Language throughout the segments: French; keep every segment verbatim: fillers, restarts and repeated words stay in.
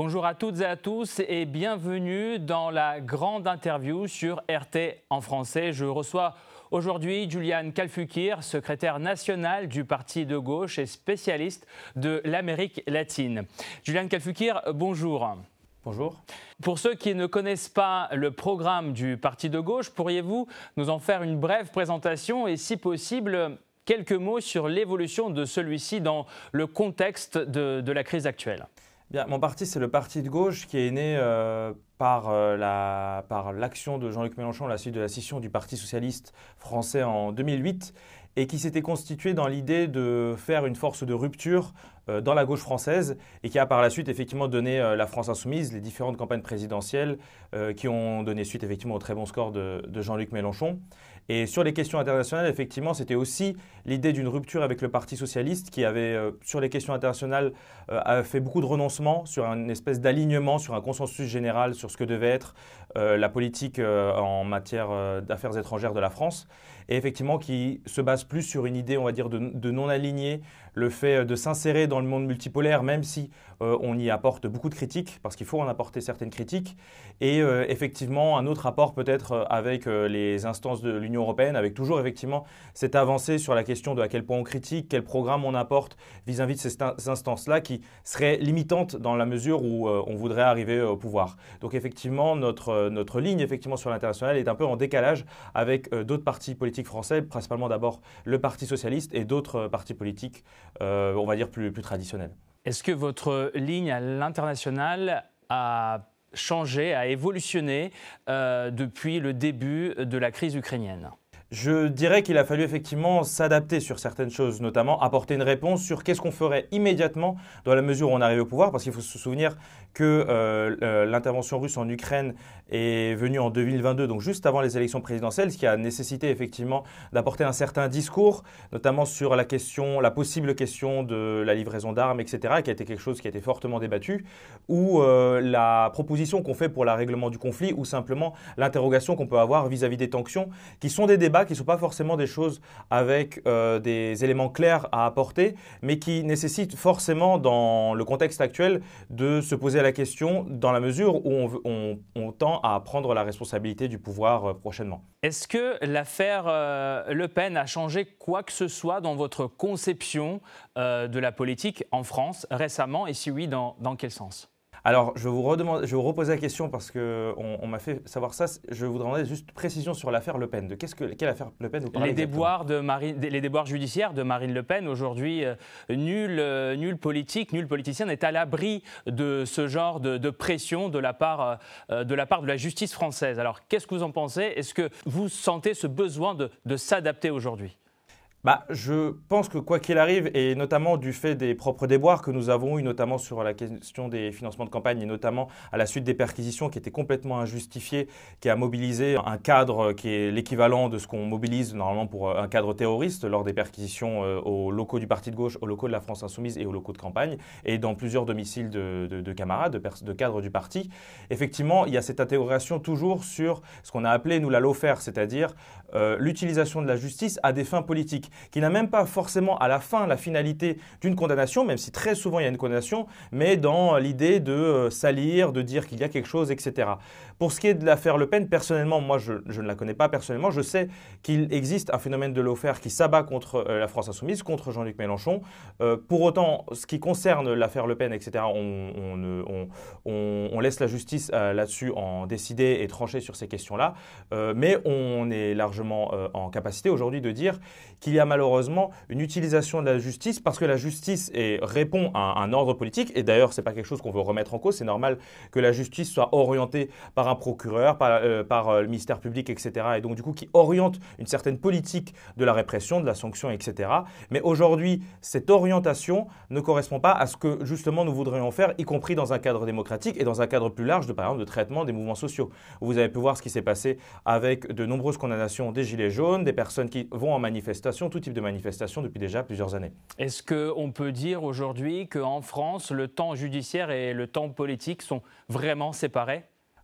Bonjour à toutes et à tous et bienvenue dans la grande interview sur R T en français. Je reçois aujourd'hui Julian Kalfukir, secrétaire national du parti de gauche et spécialiste de l'Amérique latine. Julian Kalfukir, bonjour. Bonjour. Pour ceux qui ne connaissent pas le programme du parti de gauche, pourriez-vous nous en faire une brève présentation et si possible quelques mots sur l'évolution de celui-ci dans le contexte de, de la crise actuelle? Bien, mon parti, c'est le parti de gauche qui est né euh, par, euh, la, par l'action de Jean-Luc Mélenchon à la suite de la scission du Parti socialiste français en deux mille huit et qui s'était constitué dans l'idée de faire une force de rupture euh, dans la gauche française et qui a par la suite effectivement donné euh, la France insoumise, les différentes campagnes présidentielles euh, qui ont donné suite effectivement au très bon score de, de Jean-Luc Mélenchon. Et sur les questions internationales, effectivement, c'était aussi l'idée d'une rupture avec le Parti socialiste qui avait, euh, sur les questions internationales, euh, a fait beaucoup de renoncements sur une espèce d'alignement, sur un consensus général sur ce que devait être euh, la politique euh, en matière euh, d'affaires étrangères de la France. Et effectivement, qui se base plus sur une idée, on va dire, de, de non-aligner, le fait de s'insérer dans le monde multipolaire, même si euh, on y apporte beaucoup de critiques, parce qu'il faut en apporter certaines critiques. Et euh, effectivement, un autre apport peut-être avec euh, les instances de l'Union européenne, avec toujours effectivement cette avancée sur la question de à quel point on critique, quel programme on apporte vis-à-vis de ces instances-là qui seraient limitantes dans la mesure où euh, on voudrait arriver au pouvoir. Donc effectivement, notre, notre ligne effectivement sur l'international est un peu en décalage avec euh, d'autres partis politiques français, principalement d'abord le Parti socialiste et d'autres partis politiques, euh, on va dire, plus, plus traditionnels. Est-ce que votre ligne à l'international a changé, a évolutionné euh, depuis le début de la crise ukrainienne ? Je dirais qu'il a fallu effectivement s'adapter sur certaines choses, notamment apporter une réponse sur qu'est-ce qu'on ferait immédiatement dans la mesure où on arrive au pouvoir, parce qu'il faut se souvenir que euh, l'intervention russe en Ukraine est venue en deux mille vingt-deux, donc juste avant les élections présidentielles, ce qui a nécessité effectivement d'apporter un certain discours, notamment sur la question, la possible question de la livraison d'armes, et cetera, qui a été quelque chose qui a été fortement débattu, ou euh, la proposition qu'on fait pour le règlement du conflit, ou simplement l'interrogation qu'on peut avoir vis-à-vis des sanctions, qui sont des débats qui ne sont pas forcément des choses avec euh, des éléments clairs à apporter, mais qui nécessitent forcément, dans le contexte actuel, de se poser la question dans la mesure où on, on, on tend à prendre la responsabilité du pouvoir euh, prochainement. Est-ce que l'affaire euh, Le Pen a changé quoi que ce soit dans votre conception euh, de la politique en France récemment, et si oui, dans, dans quel sens ? Alors, je vais vous, redemander, je vais vous reposer la question parce qu'on on, m'a fait savoir ça. Je vous demanderai juste précision sur l'affaire Le Pen. De qu'est-ce que, quelle affaire Le Pen vous parlez les déboires, de Marine, les déboires judiciaires de Marine Le Pen. Aujourd'hui, euh, nul, euh, nul politique, nul politicien n'est à l'abri de ce genre de, de pression de la, part, euh, de la part de la justice française. Alors, qu'est-ce que vous en pensez ? Est-ce que vous sentez ce besoin de, de s'adapter aujourd'hui ? Bah, je pense que quoi qu'il arrive, et notamment du fait des propres déboires que nous avons eus, notamment sur la question des financements de campagne et notamment à la suite des perquisitions qui étaient complètement injustifiées, qui a mobilisé un cadre qui est l'équivalent de ce qu'on mobilise normalement pour un cadre terroriste lors des perquisitions aux locaux du Parti de gauche, aux locaux de la France insoumise et aux locaux de campagne et dans plusieurs domiciles de, de, de camarades, de, de cadres du parti. Effectivement, il y a cette interrogation toujours sur ce qu'on a appelé, nous, la lawfare, c'est-à-dire euh, l'utilisation de la justice à des fins politiques, qui n'a même pas forcément à la fin la finalité d'une condamnation, même si très souvent il y a une condamnation, mais dans l'idée de euh, salir, de dire qu'il y a quelque chose, et cetera. Pour ce qui est de l'affaire Le Pen, personnellement, moi je, je ne la connais pas personnellement, je sais qu'il existe un phénomène de lawfare qui s'abat contre euh, la France insoumise, contre Jean-Luc Mélenchon. Euh, pour autant, ce qui concerne l'affaire Le Pen, et cetera, on, on, on, on, on laisse la justice euh, là-dessus en décider et trancher sur ces questions-là, euh, mais on est largement euh, en capacité aujourd'hui de dire qu'il y a malheureusement une utilisation de la justice parce que la justice est, répond à un ordre politique et d'ailleurs ce n'est pas quelque chose qu'on veut remettre en cause, c'est normal que la justice soit orientée par un procureur, par, euh, par euh, le ministère public, et cetera et donc du coup qui oriente une certaine politique de la répression, de la sanction, et cetera. Mais aujourd'hui, cette orientation ne correspond pas à ce que justement nous voudrions faire, y compris dans un cadre démocratique et dans un cadre plus large de, par exemple, de traitement des mouvements sociaux. Vous avez pu voir ce qui s'est passé avec de nombreuses condamnations des Gilets jaunes, des personnes qui vont en manifestation, tout type de manifestation depuis déjà plusieurs années. Est-ce qu'on peut dire aujourd'hui qu'en France, le temps judiciaire et le temps politique sont vraiment séparés ?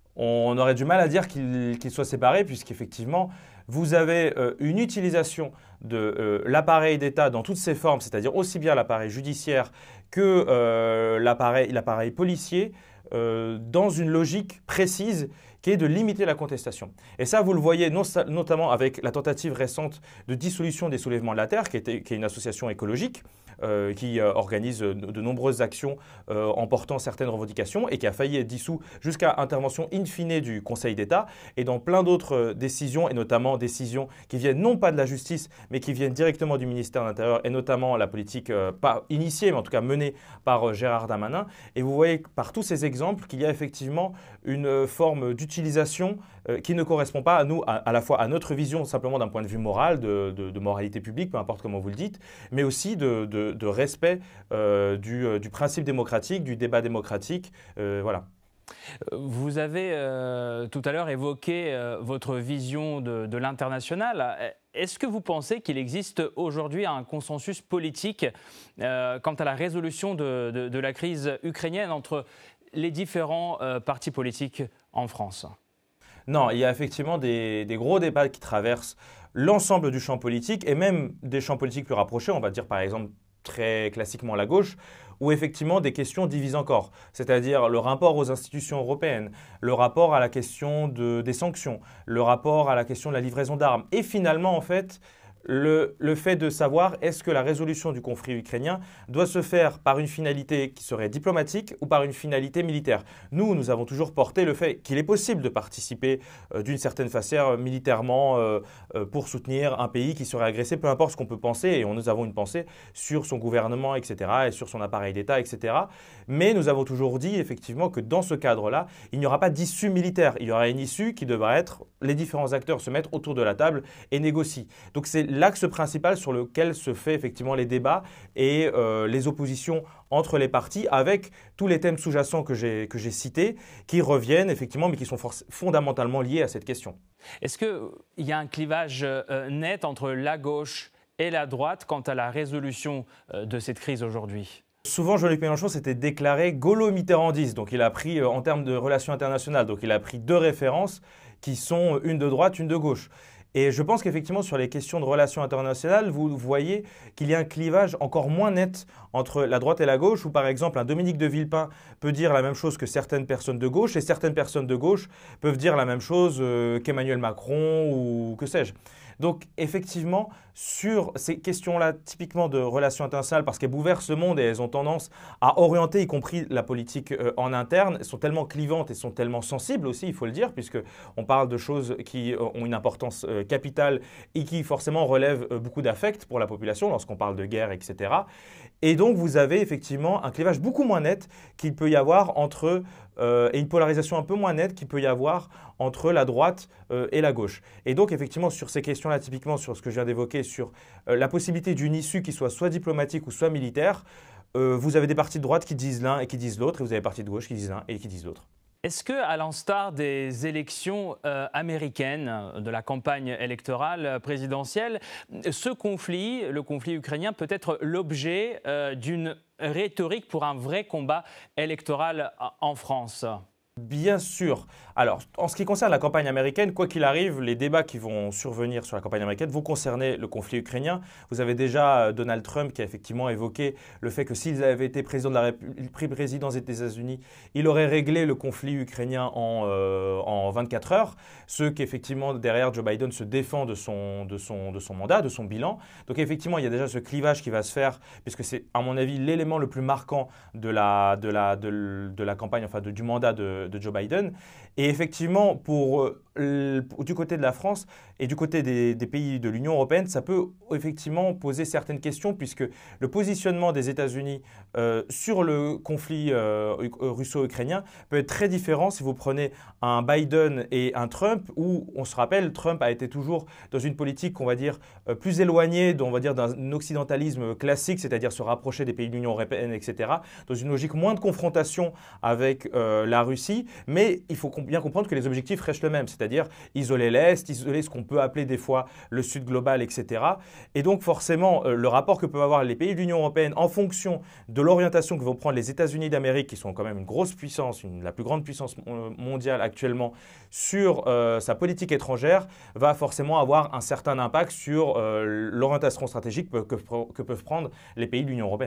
On aurait du mal à dire qu'ils qu'ils soient séparés puisqu'effectivement, vous avez euh, une utilisation de euh, l'appareil d'État dans toutes ses formes, c'est-à-dire aussi bien l'appareil judiciaire que euh, l'appareil, l'appareil policier, euh, dans une logique précise qui est de limiter la contestation. Et ça, vous le voyez non, notamment avec la tentative récente de dissolution des Soulèvements de la Terre, qui, était, qui est une association écologique, euh, qui euh, organise de, de nombreuses actions euh, en portant certaines revendications et qui a failli être dissous jusqu'à intervention in fine du Conseil d'État et dans plein d'autres euh, décisions, et notamment décisions qui viennent non pas de la justice, mais qui viennent directement du ministère de l'Intérieur et notamment la politique, euh, pas initiée, mais en tout cas menée par euh, Gérard Darmanin. Et vous voyez par tous ces exemples qu'il y a effectivement une euh, forme d'utilisation utilisation euh, qui ne correspond pas à nous, à, à la fois à notre vision simplement d'un point de vue moral, de, de, de moralité publique, peu importe comment vous le dites, mais aussi de, de, de respect euh, du, euh, du principe démocratique, du débat démocratique. Euh, voilà. Vous avez euh, tout à l'heure évoqué euh, votre vision de, de l'international. Est-ce que vous pensez qu'il existe aujourd'hui un consensus politique euh, quant à la résolution de, de, de la crise ukrainienne entre les différents euh, partis politiques en France? Non, il y a effectivement des, des gros débats qui traversent l'ensemble du champ politique et même des champs politiques plus rapprochés, on va dire par exemple très classiquement la gauche, où effectivement des questions divisent encore, c'est-à-dire le rapport aux institutions européennes, le rapport à la question de, des sanctions, le rapport à la question de la livraison d'armes et finalement en fait Le, le fait de savoir est-ce que la résolution du conflit ukrainien doit se faire par une finalité qui serait diplomatique ou par une finalité militaire. Nous, nous avons toujours porté le fait qu'il est possible de participer euh, d'une certaine façon militairement euh, euh, pour soutenir un pays qui serait agressé, peu importe ce qu'on peut penser, et on, nous avons une pensée sur son gouvernement, et cetera, et sur son appareil d'État, et cetera. Mais nous avons toujours dit effectivement que dans ce cadre-là, il n'y aura pas d'issue militaire. Il y aura une issue qui devra être, les différents acteurs se mettre autour de la table et négocient. Donc c'est l'axe principal sur lequel se fait effectivement les débats et euh, les oppositions entre les partis avec tous les thèmes sous-jacents que j'ai que j'ai cités qui reviennent effectivement mais qui sont fondamentalement liés à cette question. Est-ce qu'il y a un clivage euh, net entre la gauche et la droite quant à la résolution euh, de cette crise aujourd'hui ? Souvent, Jean-Luc Mélenchon s'était déclaré gaulo-mitterrandiste, donc il a pris euh, en termes de relations internationales, donc il a pris deux références qui sont une de droite, une de gauche. Et je pense qu'effectivement, sur les questions de relations internationales, vous voyez qu'il y a un clivage encore moins net entre la droite et la gauche, où par exemple, un Dominique de Villepin peut dire la même chose que certaines personnes de gauche, et certaines personnes de gauche peuvent dire la même chose euh, qu'Emmanuel Macron ou que sais-je. Donc effectivement, sur ces questions-là, typiquement de relations internationales, parce qu'elles bouleversent le monde et elles ont tendance à orienter, y compris la politique euh, en interne, elles sont tellement clivantes et sont tellement sensibles aussi, il faut le dire, puisqu'on parle de choses qui ont une importance euh, capitale et qui forcément relèvent euh, beaucoup d'affect pour la population lorsqu'on parle de guerre, et cetera. Et donc vous avez effectivement un clivage beaucoup moins net qu'il peut y avoir entre Euh, et une polarisation un peu moins nette qu'il peut y avoir entre la droite euh, et la gauche. Et donc effectivement sur ces questions-là, typiquement sur ce que je viens d'évoquer, sur euh, la possibilité d'une issue qui soit soit diplomatique ou soit militaire, euh, vous avez des partis de droite qui disent l'un et qui disent l'autre, et vous avez des partis de gauche qui disent l'un et qui disent l'autre. Est-ce que, à l'instar des élections euh, américaines, de la campagne électorale présidentielle, ce conflit, le conflit ukrainien, peut être l'objet euh, d'une rhétorique pour un vrai combat électoral en France ? Bien sûr. Alors, en ce qui concerne la campagne américaine, quoi qu'il arrive, les débats qui vont survenir sur la campagne américaine vont concerner le conflit ukrainien. Vous avez déjà Donald Trump qui a effectivement évoqué le fait que s'il avait été président de la République, président des États-Unis, il aurait réglé le conflit ukrainien en, euh, en vingt-quatre heures. Ce qu'effectivement, derrière, Joe Biden se défend de son, de, son, de son mandat, de son bilan. Donc effectivement, il y a déjà ce clivage qui va se faire, puisque c'est, à mon avis, l'élément le plus marquant de la, de la, de, de la campagne, enfin de, du mandat de de Joe Biden. Et effectivement, pour, euh, du côté de la France et du côté des, des pays de l'Union européenne, ça peut effectivement poser certaines questions puisque le positionnement des États-Unis euh, sur le conflit euh, russo-ukrainien peut être très différent si vous prenez un Biden et un Trump où, on se rappelle, Trump a été toujours dans une politique, on va dire, euh, plus éloignée, on va dire, d'un occidentalisme classique, c'est-à-dire se rapprocher des pays de l'Union européenne, et cetera, dans une logique moins de confrontation avec euh, la Russie, mais il faut bien comprendre que les objectifs restent les mêmes, c'est-à-dire isoler l'Est, isoler ce qu'on peut appeler des fois le Sud global, et cetera. Et donc forcément, euh, le rapport que peuvent avoir les pays de l'Union européenne en fonction de l'orientation que vont prendre les États-Unis d'Amérique, qui sont quand même une grosse puissance, une, la plus grande puissance mondiale actuellement, sur euh, sa politique étrangère, va forcément avoir un certain impact sur euh, l'orientation stratégique que, que, que peuvent prendre les pays de l'Union européenne.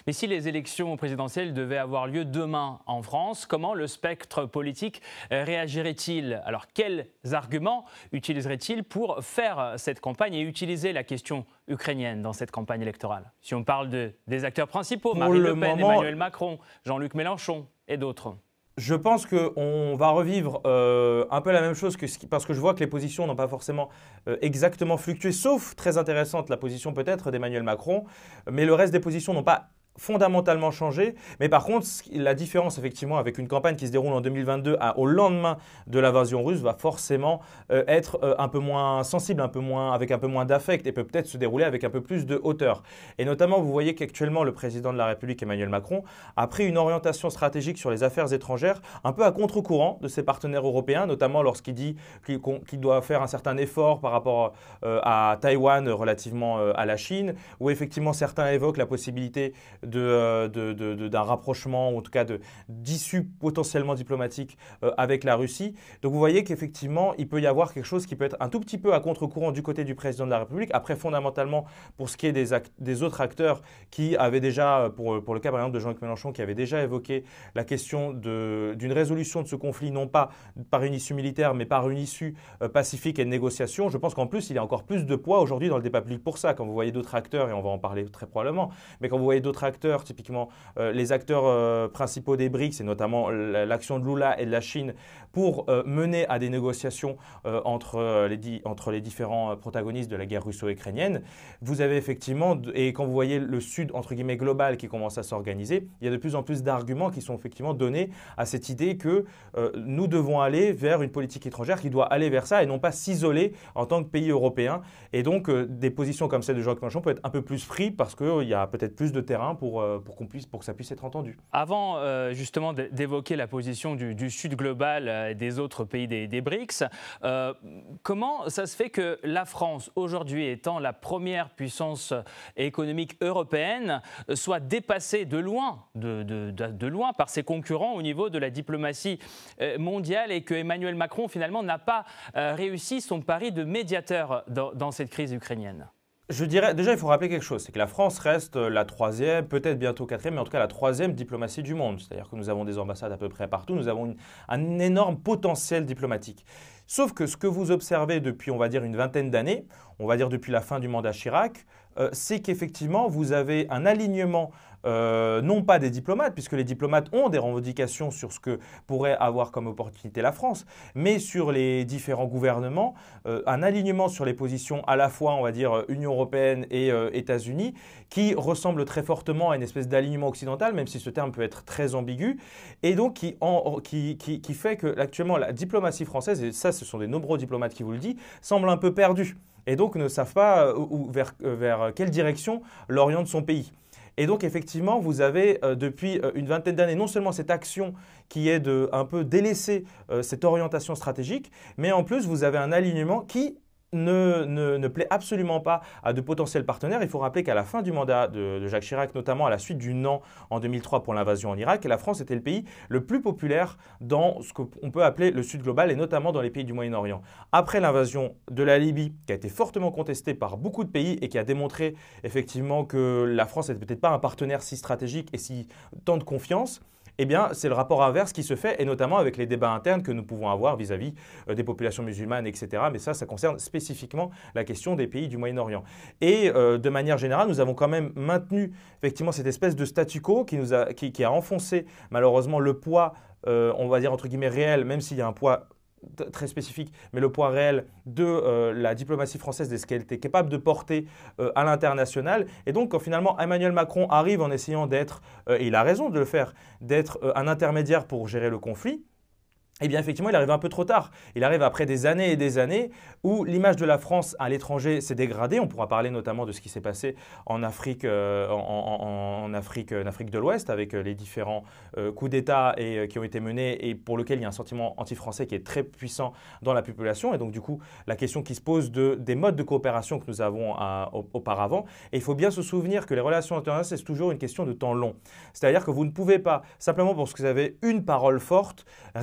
Mais si les élections présidentielles devaient avoir lieu demain en France, comment le spectre politique réagirait-il? Alors, quels arguments utiliserait-il pour faire cette campagne et utiliser la question ukrainienne dans cette campagne électorale? Si on parle de, des acteurs principaux, Pour Marine le Le Pen, moment, Emmanuel Macron, Jean-Luc Mélenchon et d'autres. Je pense qu'on va revivre euh, un peu la même chose, que ce qui, parce que je vois que les positions n'ont pas forcément euh, exactement fluctué, sauf très intéressante la position peut-être d'Emmanuel Macron, mais le reste des positions n'ont pas fondamentalement changé. Mais par contre, la différence effectivement avec une campagne qui se déroule en deux mille vingt-deux à, au lendemain de l'invasion russe va forcément euh, être euh, un peu moins sensible, un peu moins, avec un peu moins d'affect et peut peut-être se dérouler avec un peu plus de hauteur. Et notamment, vous voyez qu'actuellement, le président de la République, Emmanuel Macron, a pris une orientation stratégique sur les affaires étrangères un peu à contre-courant de ses partenaires européens, notamment lorsqu'il dit qu'il, qu'il doit faire un certain effort par rapport euh, à Taïwan relativement euh, à la Chine, où effectivement certains évoquent la possibilité De, de, de, de, d'un rapprochement, ou en tout cas de, d'issue potentiellement diplomatique euh, avec la Russie. Donc vous voyez qu'effectivement, il peut y avoir quelque chose qui peut être un tout petit peu à contre-courant du côté du président de la République. Après, fondamentalement, pour ce qui est des, act- des autres acteurs qui avaient déjà, pour, pour le cas par exemple de Jean-Luc Mélenchon, qui avait déjà évoqué la question de, d'une résolution de ce conflit, non pas par une issue militaire, mais par une issue euh, pacifique et de négociation, je pense qu'en plus, il y a encore plus de poids aujourd'hui dans le débat public pour ça. Quand vous voyez d'autres acteurs, et on va en parler très probablement, mais quand vous voyez d'autres acteurs, typiquement euh, les acteurs euh, principaux des BRICS et notamment l'action de Lula et de la Chine pour euh, mener à des négociations euh, entre, euh, les di- entre les différents protagonistes de la guerre russo-ukrainienne. Vous avez effectivement, et quand vous voyez le Sud entre guillemets global qui commence à s'organiser, il y a de plus en plus d'arguments qui sont effectivement donnés à cette idée que euh, nous devons aller vers une politique étrangère qui doit aller vers ça et non pas s'isoler en tant que pays européen. Et donc euh, des positions comme celle de Jean-Luc Mélenchon peuvent être un peu plus frites parce qu'il euh, y a peut-être plus de terrain pour Pour, pour, qu'on puisse, pour que ça puisse être entendu. Avant euh, justement d'évoquer la position du, du Sud global et des autres pays des, des BRICS, euh, comment ça se fait que la France, aujourd'hui étant la première puissance économique européenne, soit dépassée de loin, de, de, de, de loin par ses concurrents au niveau de la diplomatie mondiale et que Emmanuel Macron finalement n'a pas euh, réussi son pari de médiateur dans, dans cette crise ukrainienne? Je dirais, déjà, il faut rappeler quelque chose, c'est que la France reste la troisième, peut-être bientôt quatrième, mais en tout cas la troisième diplomatie du monde. C'est-à-dire que nous avons des ambassades à peu près partout, nous avons une, un énorme potentiel diplomatique. Sauf que ce que vous observez depuis, on va dire, une vingtaine d'années, on va dire depuis la fin du mandat Chirac, euh, c'est qu'effectivement, vous avez un alignement, euh, non pas des diplomates, puisque les diplomates ont des revendications sur ce que pourrait avoir comme opportunité la France, mais sur les différents gouvernements, euh, un alignement sur les positions à la fois, on va dire, Union européenne et euh, États-Unis, qui ressemble très fortement à une espèce d'alignement occidental, même si ce terme peut être très ambigu, et donc qui, en, qui, qui, qui fait que actuellement la diplomatie française, et ça ce sont des nombreux diplomates qui vous le disent, semble un peu perdue, et donc ne savent pas où, vers, vers quelle direction l'oriente son pays. Et donc effectivement, vous avez euh, depuis euh, une vingtaine d'années non seulement cette action qui est de un peu délaisser euh, cette orientation stratégique, mais en plus vous avez un alignement qui Ne, ne, ne plaît absolument pas à de potentiels partenaires. Il faut rappeler qu'à la fin du mandat de, de Jacques Chirac, notamment à la suite du non en deux mille trois pour l'invasion en Irak, la France était le pays le plus populaire dans ce qu'on peut appeler le Sud global et notamment dans les pays du Moyen-Orient. Après l'invasion de la Libye, qui a été fortement contestée par beaucoup de pays et qui a démontré effectivement que la France n'était peut-être pas un partenaire si stratégique et si tant de confiance, eh bien, c'est le rapport inverse qui se fait, et notamment avec les débats internes que nous pouvons avoir vis-à-vis euh, des populations musulmanes, et cetera. Mais ça, ça concerne spécifiquement la question des pays du Moyen-Orient. Et euh, de manière générale, nous avons quand même maintenu effectivement cette espèce de statu quo qui, nous a, qui, qui a enfoncé malheureusement le poids, euh, on va dire entre guillemets réel, même s'il y a un poids très spécifique, mais le poids réel de euh, la diplomatie française, de ce qu'elle était capable de porter euh, à l'international. Et donc, quand finalement Emmanuel Macron arrive en essayant d'être, euh, et il a raison de le faire, d'être euh, un intermédiaire pour gérer le conflit, eh bien, effectivement, il arrive un peu trop tard. Il arrive après des années et des années où l'image de la France à l'étranger s'est dégradée. On pourra parler notamment de ce qui s'est passé en Afrique, euh, en, en, en, Afrique, en Afrique de l'Ouest avec les différents euh, coups d'État et, euh, qui ont été menés et pour lesquels il y a un sentiment anti-français qui est très puissant dans la population. Et donc, du coup, la question qui se pose de, des modes de coopération que nous avons à, auparavant. Et il faut bien se souvenir que les relations internationales, c'est toujours une question de temps long. C'est-à-dire que vous ne pouvez pas, simplement parce que vous avez une parole forte, rétablir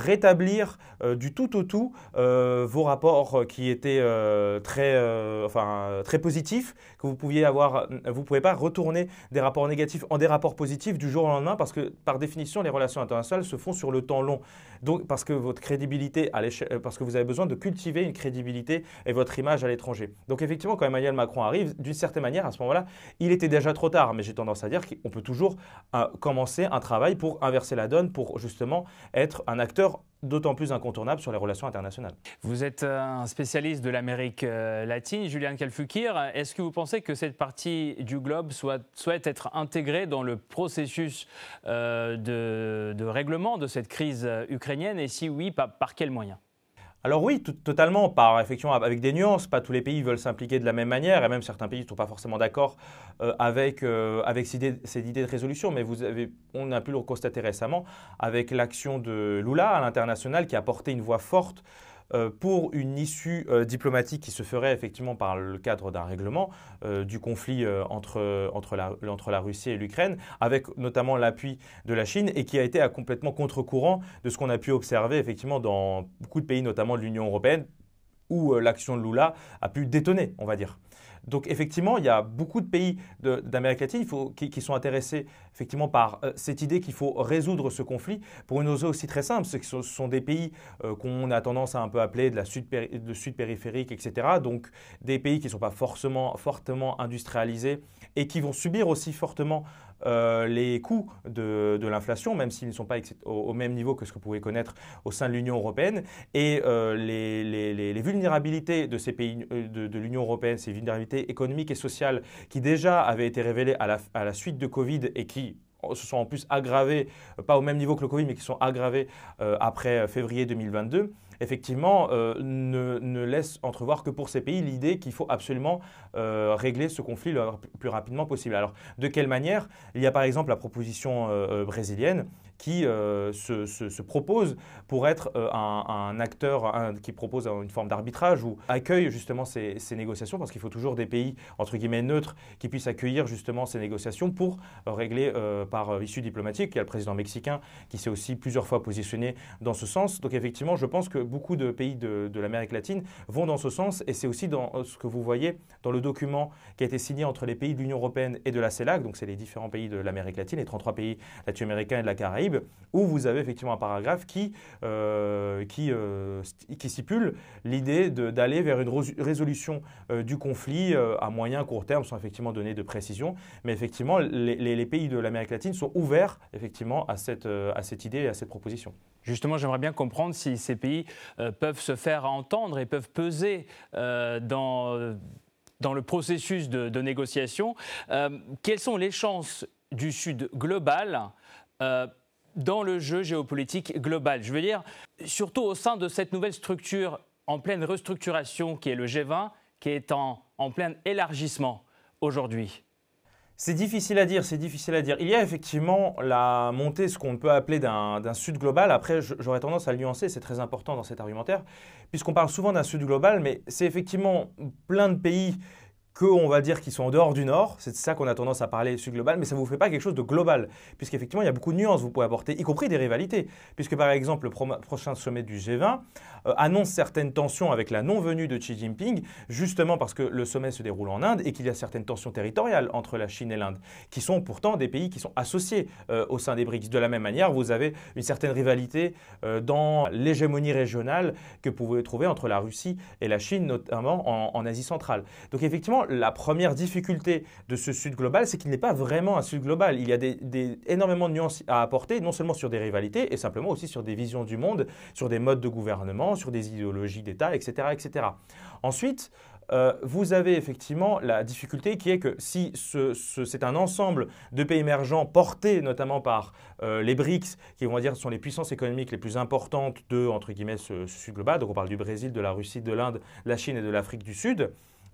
rétablir euh, du tout au tout euh, vos rapports qui étaient euh, très, euh, enfin, très positifs, que vous pouviez avoir, vous ne pouvez pas retourner des rapports négatifs en des rapports positifs du jour au lendemain parce que par définition, les relations internationales se font sur le temps long. Donc, parce que votre crédibilité, à parce que vous avez besoin de cultiver une crédibilité et votre image à l'étranger. Donc effectivement, quand Emmanuel Macron arrive, d'une certaine manière, à ce moment-là, il était déjà trop tard. Mais j'ai tendance à dire qu'on peut toujours euh, commencer un travail pour inverser la donne, pour justement être un acteur d'autant plus incontournable sur les relations internationales. Vous êtes un spécialiste de l'Amérique latine, Julian Kalfukir. Est-ce que vous pensez que cette partie du globe soit, souhaite être intégrée dans le processus euh, de, de règlement de cette crise ukrainienne? Et si oui, par, par quels moyens? Alors oui, tout, totalement, par, effectivement, avec des nuances. Pas tous les pays veulent s'impliquer de la même manière, et même certains pays ne sont pas forcément d'accord euh, avec, euh, avec cette, idée, cette idée de résolution. Mais vous avez, on a pu le constater récemment avec l'action de Lula à l'international qui a porté une voix forte euh, pour une issue euh, diplomatique qui se ferait effectivement par le cadre d'un règlement euh, du conflit euh, entre, entre, la, entre la Russie et l'Ukraine, avec notamment l'appui de la Chine et qui a été à complètement contre-courant de ce qu'on a pu observer effectivement dans beaucoup de pays, notamment de l'Union européenne, où euh, l'action de Lula a pu détonner, on va dire. Donc effectivement, il y a beaucoup de pays d'Amérique latine il faut, qui, qui sont intéressés effectivement par euh, cette idée qu'il faut résoudre ce conflit pour une raison aussi très simple, c'est que ce sont des pays euh, qu'on a tendance à un peu appeler de la sud, de sud périphérique, et cetera. Donc des pays qui ne sont pas forcément fortement industrialisés et qui vont subir aussi fortement Euh, les coûts de, de l'inflation, même s'ils ne sont pas au, au même niveau que ce que vous pouvez connaître au sein de l'Union européenne. Et euh, les, les, les, les vulnérabilités de ces pays de, de l'Union européenne, ces vulnérabilités économiques et sociales qui déjà avaient été révélées à la, à la suite de Covid et qui se sont en plus aggravées, pas au même niveau que le Covid, mais qui sont aggravées euh, après février deux mille vingt-deux, effectivement, euh, ne, ne laisse entrevoir que pour ces pays l'idée qu'il faut absolument euh, régler ce conflit le plus rapidement possible. Alors, de quelle manière? Il y a par exemple la proposition euh, brésilienne qui euh, se, se, se propose pour être euh, un, un acteur un, qui propose une forme d'arbitrage ou accueille justement ces, ces négociations, parce qu'il faut toujours des pays entre guillemets neutres qui puissent accueillir justement ces négociations pour euh, régler euh, par euh, issue diplomatique. Il y a le président mexicain qui s'est aussi plusieurs fois positionné dans ce sens. Donc effectivement, je pense que beaucoup de pays de, de l'Amérique latine vont dans ce sens et c'est aussi dans ce que vous voyez dans le document qui a été signé entre les pays de l'Union européenne et de la CELAC, donc c'est les différents pays de l'Amérique latine, les trente-trois pays latino-américains et de la Caraïbe, où vous avez effectivement un paragraphe qui, euh, qui, euh, qui stipule l'idée d'aller vers une résolution euh, du conflit euh, à moyen, court terme, sans effectivement donner de précision. Mais effectivement, les, les, les pays de l'Amérique latine sont ouverts effectivement à cette, euh, à cette idée et à cette proposition. Justement, j'aimerais bien comprendre si ces pays euh, peuvent se faire entendre et peuvent peser euh, dans, dans le processus de, de négociation. Euh, quelles sont les chances du Sud global euh, dans le jeu géopolitique global? Je veux dire, surtout au sein de cette nouvelle structure en pleine restructuration qui est le G vingt, qui est en, en plein élargissement aujourd'hui. C'est difficile à dire, c'est difficile à dire. Il y a effectivement la montée, ce qu'on peut appeler d'un Sud global. Après, j'aurais tendance à le nuancer, c'est très important dans cet argumentaire, puisqu'on parle souvent d'un Sud global, mais c'est effectivement plein de pays qu'on va dire qu'ils sont en dehors du Nord, c'est de ça qu'on a tendance à parler Sud global, mais ça ne vous fait pas quelque chose de global, puisqu'effectivement, il y a beaucoup de nuances vous pouvez apporter, y compris des rivalités, puisque par exemple, le pro prochain sommet du G vingt euh, annonce certaines tensions avec la non-venue de Xi Jinping, justement parce que le sommet se déroule en Inde et qu'il y a certaines tensions territoriales entre la Chine et l'Inde, qui sont pourtant des pays qui sont associés euh, au sein des BRICS. De la même manière, vous avez une certaine rivalité euh, dans l'hégémonie régionale que vous pouvez trouver entre la Russie et la Chine, notamment en, en Asie centrale. Donc effectivement, la première difficulté de ce Sud global, c'est qu'il n'est pas vraiment un Sud global. Il y a des, des, énormément de nuances à apporter, non seulement sur des rivalités, et simplement aussi sur des visions du monde, sur des modes de gouvernement, sur des idéologies d'État, et cetera, et cetera. Ensuite, euh, vous avez effectivement la difficulté qui est que si ce, ce, c'est un ensemble de pays émergents portés notamment par euh, les BRICS, qui vont dire sont les puissances économiques les plus importantes de, entre guillemets, ce, ce Sud global, donc on parle du Brésil, de la Russie, de l'Inde, de la Chine et de l'Afrique du Sud,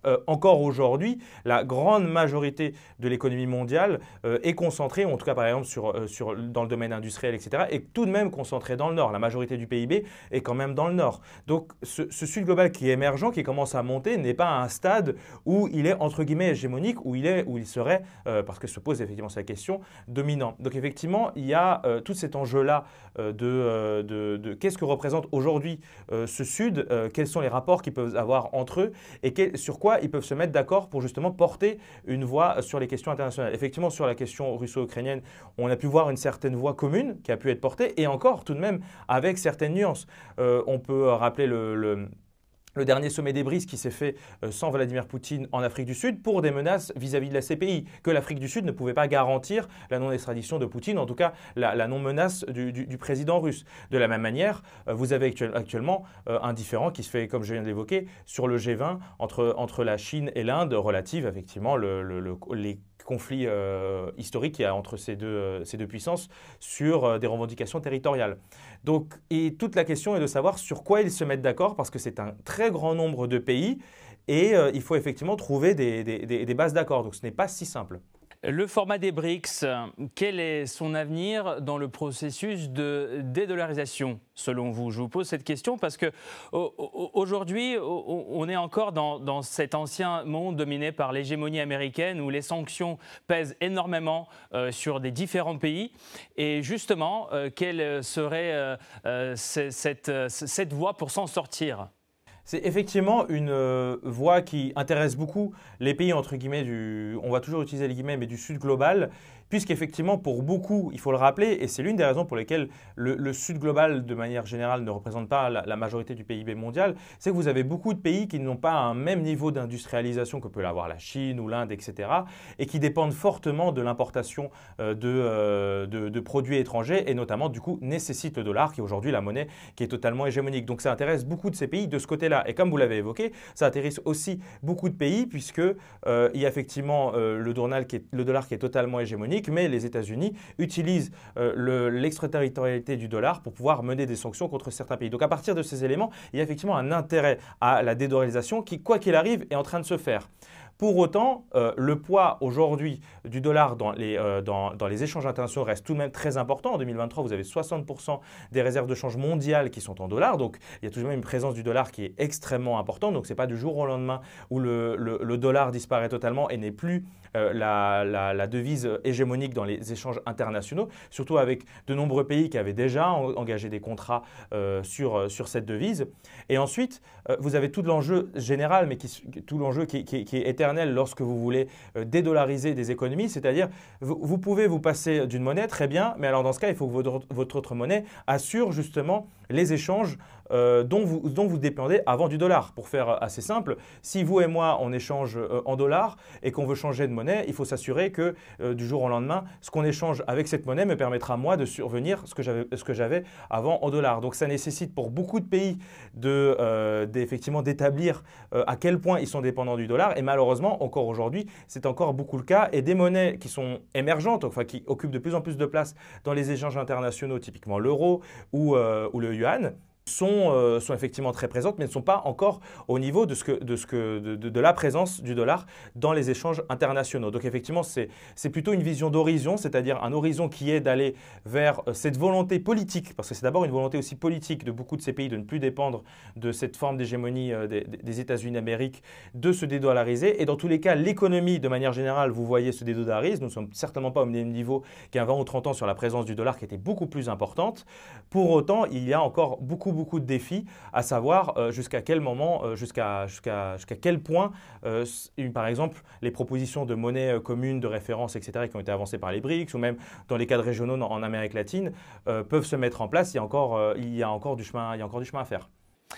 euh, encore aujourd'hui, la grande majorité de l'économie mondiale euh, est concentrée, en tout cas par exemple sur, euh, sur, dans le domaine industriel, et cetera, est tout de même concentrée dans le Nord. La majorité du P I B est quand même dans le Nord. Donc ce, ce Sud global qui est émergent, qui commence à monter, n'est pas à un stade où il est entre guillemets hégémonique, où il, est, où il serait, euh, parce que se pose effectivement cette question, dominant. Donc effectivement, il y a euh, tout cet enjeu-là euh, de, euh, de, de qu'est-ce que représente aujourd'hui euh, ce Sud, euh, quels sont les rapports qu'ils peuvent avoir entre eux et quel, sur quoi ils peuvent se mettre d'accord pour justement porter une voix sur les questions internationales. Effectivement, sur la question russo-ukrainienne, on a pu voir une certaine voix commune qui a pu être portée et encore tout de même avec certaines nuances. Euh, on peut rappeler le, le Le dernier sommet des BRICS qui s'est fait sans Vladimir Poutine en Afrique du Sud pour des menaces vis-à-vis de la C P I, que l'Afrique du Sud ne pouvait pas garantir la non-extradition de Poutine, en tout cas la, la non-menace du, du, du président russe. De la même manière, vous avez actuellement un différend qui se fait, comme je viens d'évoquer, sur le G vingt entre, entre la Chine et l'Inde, relative effectivement le, le, le, les conflit euh, historique qu'il y a entre ces deux, euh, ces deux puissances sur euh, des revendications territoriales. Donc, et toute la question est de savoir sur quoi ils se mettent d'accord parce que c'est un très grand nombre de pays et euh, il faut effectivement trouver des, des, des, des bases d'accord. Donc ce n'est pas si simple. Le format des BRICS, quel est son avenir dans le processus de dédollarisation, selon vous? Je vous pose cette question parce qu'aujourd'hui, on est encore dans, dans cet ancien monde dominé par l'hégémonie américaine où les sanctions pèsent énormément euh, sur des différents pays. Et justement, euh, quelle serait euh, cette, cette voie pour s'en sortir? C'est effectivement une euh, voie qui intéresse beaucoup les pays, entre guillemets, du, on va toujours utiliser les guillemets, mais du Sud global, puisqu'effectivement, pour beaucoup, il faut le rappeler, et c'est l'une des raisons pour lesquelles le, le Sud global, de manière générale, ne représente pas la, la majorité du P I B mondial, c'est que vous avez beaucoup de pays qui n'ont pas un même niveau d'industrialisation que peut l'avoir la Chine ou l'Inde, et cetera, et qui dépendent fortement de l'importation euh, de, euh, de, de produits étrangers, et notamment, du coup, nécessitent le dollar, qui est aujourd'hui la monnaie qui est totalement hégémonique. Donc ça intéresse beaucoup de ces pays de ce côté-là. Et comme vous l'avez évoqué, ça intéresse aussi beaucoup de pays, puisque euh, il y a effectivement euh, le, dollar qui est, le dollar qui est totalement hégémonique, mais les États-Unis utilisent euh, l'extraterritorialité du dollar pour pouvoir mener des sanctions contre certains pays. Donc à partir de ces éléments, il y a effectivement un intérêt à la dédollarisation qui, quoi qu'il arrive, est en train de se faire. Pour autant, euh, le poids aujourd'hui du dollar dans les, euh, dans, dans les échanges internationaux reste tout de même très important. En deux mille vingt-trois, vous avez soixante pour cent des réserves de change mondiales qui sont en dollars. Donc, il y a tout de même une présence du dollar qui est extrêmement importante. Donc, ce n'est pas du jour au lendemain où le, le, le dollar disparaît totalement et n'est plus euh, la, la, la devise hégémonique dans les échanges internationaux, surtout avec de nombreux pays qui avaient déjà engagé des contrats euh, sur, sur cette devise. Et ensuite, euh, vous avez tout l'enjeu général, mais qui, tout l'enjeu qui, qui, qui est éternel lorsque vous voulez euh, dédollariser des économies, c'est-à-dire vous, vous pouvez vous passer d'une monnaie, très bien, mais alors dans ce cas, il faut que votre, votre autre monnaie assure justement les échanges euh, dont, vous, dont vous dépendez avant du dollar. Pour faire assez simple, si vous et moi, on échange euh, en dollars et qu'on veut changer de monnaie, il faut s'assurer que euh, du jour au lendemain, ce qu'on échange avec cette monnaie me permettra moi de survenir ce que j'avais, ce que j'avais avant en dollars. Donc ça nécessite pour beaucoup de pays de, euh, d'effectivement d'établir euh, à quel point ils sont dépendants du dollar et malheureusement, encore aujourd'hui, c'est encore beaucoup le cas et des monnaies qui sont émergentes, enfin qui occupent de plus en plus de place dans les échanges internationaux, typiquement l'euro ou, euh, ou le yuan, Sont, euh, sont effectivement très présentes, mais ne sont pas encore au niveau de, ce que, de, ce que, de, de, de la présence du dollar dans les échanges internationaux. Donc effectivement, c'est, c'est plutôt une vision d'horizon, c'est-à-dire un horizon qui est d'aller vers cette volonté politique, parce que c'est d'abord une volonté aussi politique de beaucoup de ces pays de ne plus dépendre de cette forme d'hégémonie euh, des, des États-Unis d'Amérique, de se dédollariser. Et dans tous les cas, l'économie, de manière générale, vous voyez, se dédollarise. Nous ne sommes certainement pas au même niveau qu'il y a vingt ou trente ans sur la présence du dollar qui était beaucoup plus importante. Pour autant, il y a encore beaucoup beaucoup de défis, à savoir euh, jusqu'à quel moment, euh, jusqu'à jusqu'à jusqu'à quel point, euh, une, par exemple, les propositions de monnaie euh, commune, de référence, et cetera, qui ont été avancées par les BRICS ou même dans les cadres régionaux en, en Amérique latine, euh, peuvent se mettre en place. Il y a encore, euh, il y a encore du chemin, il y a encore du chemin à faire.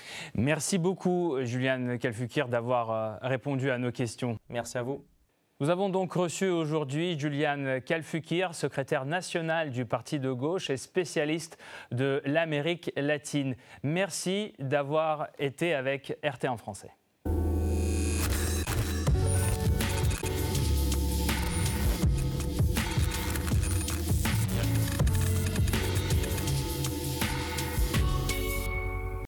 Merci beaucoup, Julian Kalfukir, d'avoir euh, répondu à nos questions. Merci à vous. Nous avons donc reçu aujourd'hui Julian Kalfukir, secrétaire national du parti de gauche et spécialiste de l'Amérique latine. Merci d'avoir été avec R T en français.